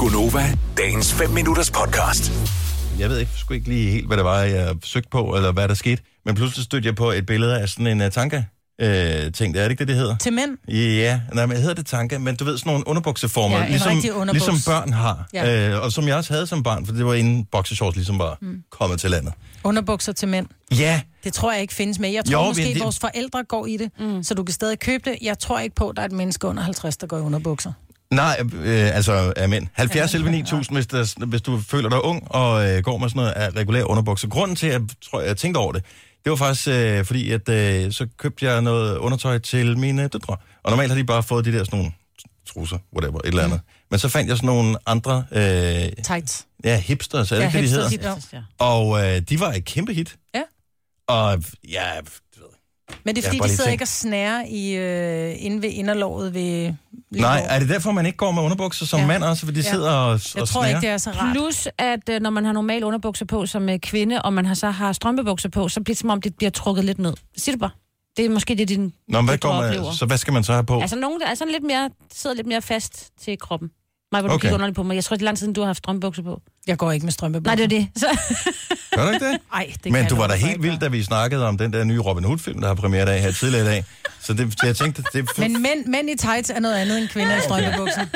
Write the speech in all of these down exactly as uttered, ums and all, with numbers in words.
Gonova, dagens fem minutters podcast. Jeg ved ikke, sgu ikke lige helt, hvad det var, jeg søgte på, eller hvad der skete. Men pludselig stødte jeg på et billede af sådan en uh, tanka. Øh, ting, det er det ikke det, det hedder? Til mænd? Ja, nej, men hedder det tanka, men du ved, sådan nogle underbukseformer, ja, ligesom, underbuks. ligesom børn har. Ja. Øh, og som jeg også havde som barn, for det var inden boxershorts ligesom var mm. kommet til landet. Underbukser til mænd? Ja. Det tror jeg ikke findes med. Jeg tror jo, måske, det... vores forældre går i det, mm. så du kan stadig købe det. Jeg tror ikke på, at der er et menneske under halvtreds, der går i underbukser. Nej, øh, altså er mænd. halvfjerds elleve ni tusind, hvis, der, hvis du føler dig ung og øh, går med sådan noget af regulære underbukser. Grunden til, at jeg tror, jeg tænkte over det, det var faktisk øh, fordi, at øh, så købte jeg noget undertøj til mine døtre. Og normalt har de bare fået de der sådan nogle trusser, whatever, et eller andet. Mm. Men så fandt jeg sådan nogle andre... Øh, Tights. Ja, hipsters, er det ja, ikke, de hedder? Hipsters, ja. Og øh, de var et kæmpe hit. Ja. Og ja... Men det er fordi, de sidder ikke og snærer i, øh, inde ved inderlåret ved... Nej, er det derfor, man ikke går med underbukser som ja. mand også? Fordi de ja. sidder og, og Jeg tror snærer? ikke, det er så rart. Plus, at øh, når man har normal underbukser på som øh, kvinde, og man har, så har strømpebukser på, så bliver det som om, det bliver trukket lidt ned. Sig det bare. Det er måske det, din Nå, hvad går man, så hvad skal man så have på? Altså nogen, der er sådan lidt mere, sidder lidt mere fast til kroppen. Mig, hvor du okay. kigger underligt på mig. Jeg tror, det er lang tid siden, du har haft strømpebukser på. Jeg går ikke med strømpebukser. Nej, det er det. Så... Gør du ikke det? Ej, det Men kan du var da helt ikke. vild, da vi snakkede om den der nye Robin Hood-film, der har premiere af her tidligere i dag. Så det, så jeg tænkte... Det... Men mænd, mænd i tights er noget andet end kvinder i strømpebukser.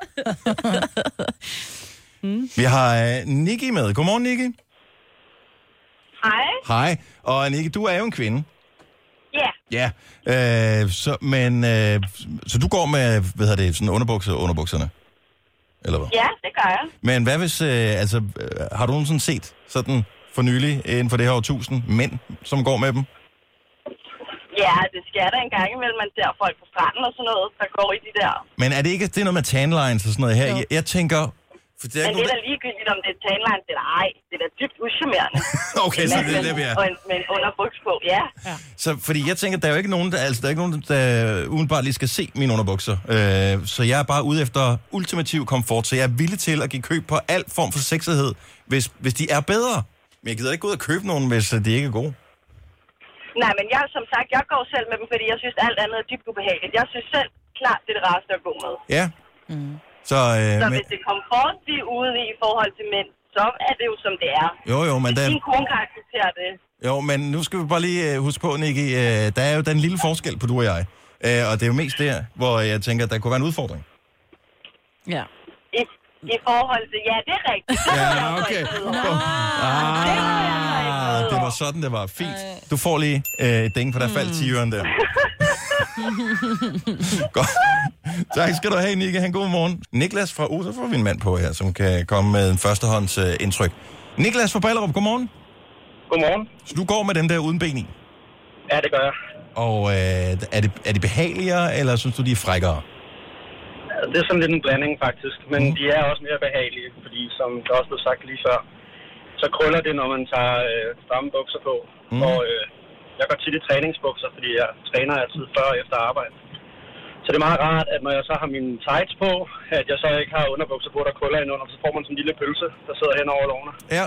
mm. Vi har uh, Nikki med. Godmorgen, Nikki. Hej. Hej. Og Nikki, du er jo en kvinde. Ja. Ja. Øh, så, men, øh, så du går med, hvad hedder det, sådan underbukser underbukserne? Eller hvad? Ja, det gør jeg. Men hvad hvis, øh, altså, øh, har du nogensinde set sådan for nylig, inden for det her årtusind, mænd, som går med dem? Ja, det sker der en gang imellem, man ser folk på stranden og sådan noget, der går i de der. Men er det ikke, det er noget med tanlines og sådan noget her? Jeg, jeg tænker... For det er Men det er da ligegyldigt, om det er tanlines eller ej. Det er da dybt uschammerende. Okay, så det er det, vi er. Og en, med en underbuks på, ja. ja. Så fordi jeg tænker, der er jo ikke nogen, der, altså, der er ikke nogen, der umiddelbart lige skal se mine underbukser. Øh, så jeg er bare ude efter ultimativ komfort, så jeg er villig til at give køb på al form for sexighed, hvis, hvis de er bedre. Men jeg gider ikke gå ud og købe nogen, hvis de ikke er gode. Nej, men jeg, som sagt, jeg går selv med dem, fordi jeg synes, alt andet er dybt ubehageligt. Jeg synes selv klart, det er det rareste at gå med. Ja. Mm. Så, øh, så men... hvis det er komfort, de er ude i i forhold til mænd, så er det jo, som det er. Jo, jo, men... Hvis der... din kone kan acceptere det. Jo, men nu skal vi bare lige uh, huske på, Nikki, uh, der er jo den lille forskel på du og jeg. Uh, og det er jo mest der, hvor jeg tænker, at der kunne være en udfordring. Ja. I, i forhold til... Ja, det er rigtigt. Ja, okay. Ah, det var sådan, det var. Fint. Du får lige uh, et ding, for der faldt tiøren der. Godt. Tak skal du have, Nikki. Han god morgen. Niklas fra Osa får vi en mand på her, som kan komme med en førstehånds uh, indtryk. Niklas fra Ballerup, godmorgen. Godmorgen. Så du går med den der uden ben i? Ja, det gør jeg. Og øh, er, det, er de behageligere, eller synes du, de er frækkere? Det er sådan lidt en blanding, faktisk. Men mm. de er også mere behagelige, fordi som der også blev sagt lige før, så krøller det, når man tager øh, stramme bukser på. Mm. Og øh, jeg går tit i træningsbukser, fordi jeg træner altid før og efter arbejde. Så det er meget rart, at når jeg så har mine tights på, at jeg så ikke har underbukser på, der krøller ind under, så får man sådan en lille pølse, der sidder hen over lårene. Ja.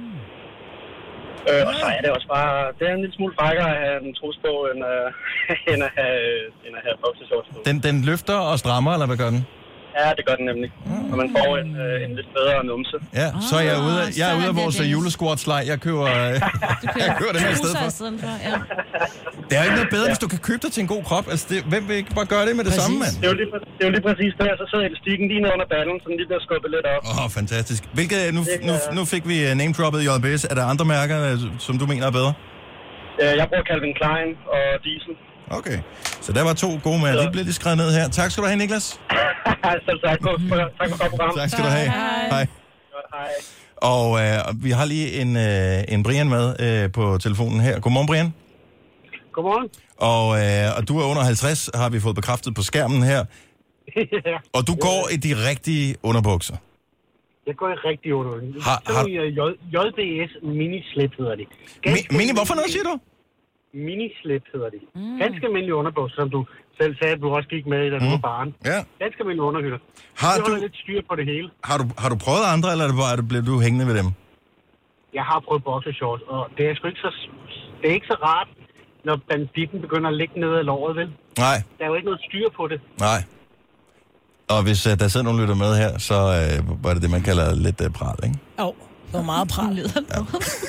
Øh, og så er det også bare, det er en lille smule frækkere at have en trus på, end, øh, end at have, end at have boxershorts på. Den, den løfter og strammer, eller hvad gør den? Ja, det gør den nemlig. Mm. Og man får en, øh, en lidt bedre numse. Ja, så er jeg ude af, jeg er ude af vores julesquartslej. Jeg køber, jeg køber den her i stedet for. for ja. Det er jo ikke noget bedre, hvis du kan købe dig til en god krop. Altså, det, hvem vil ikke bare gøre det med det præcis. samme, mand? Det er jo lige, det er jo lige præcis der, så sidder elastikken lige ned under ballen, så den lige bliver skubbet lidt op. Åh, oh, fantastisk. Hvilke, nu, nu, nu fik vi name-droppet J B S. Er der andre mærker, som du mener er bedre? Jeg bruger Calvin Klein og Diesel. Okay, så der var to gode med. De bliver lige skrevet ned her. Tak skal du have, Niklas. Selv tak. Tak for godt program. Tak skal du have. Hej. Hej. Hej. Og øh, vi har lige en, øh, en Brian med øh, på telefonen her. Godmorgen, Brian. Godmorgen. Og, øh, og du er under halvtreds, har vi fået bekræftet på skærmen her. Ja. Og du går i de rigtige underbukser. Jeg går i rigtige underbukser. Har, har... J B S Mini-slip hedder det. Mi- mini, hvorfor noget siger du? Mini-slip hedder det. Mm. Ganske almindelige underbukser, som du selv sagde, at du også gik med i, da du mm. var barn. Ja. Ganske almindelige underhytter. Har du... du... lidt styr på det hele. Har du, har du prøvet andre, eller er det bare, at bliver du hængende ved dem? Jeg har prøvet boxershorts, og det er sgu ikke så, det er ikke så rart, når banditten begynder at ligge ned ad låret, vel? Nej. Der er jo ikke noget styr på det. Nej. Og hvis uh, der sidder nogen lytter med her, så uh, var det det, man kalder lidt uh, pral, ikke? Jo, oh, det var meget pral. Ja.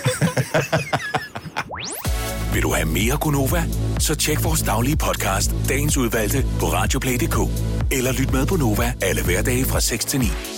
Vil du have mere Gunova? Så tjek vores daglige podcast, dagens udvalgte, på radioplay punktum d k. Eller lyt med på Nova alle hverdage fra seks til ni.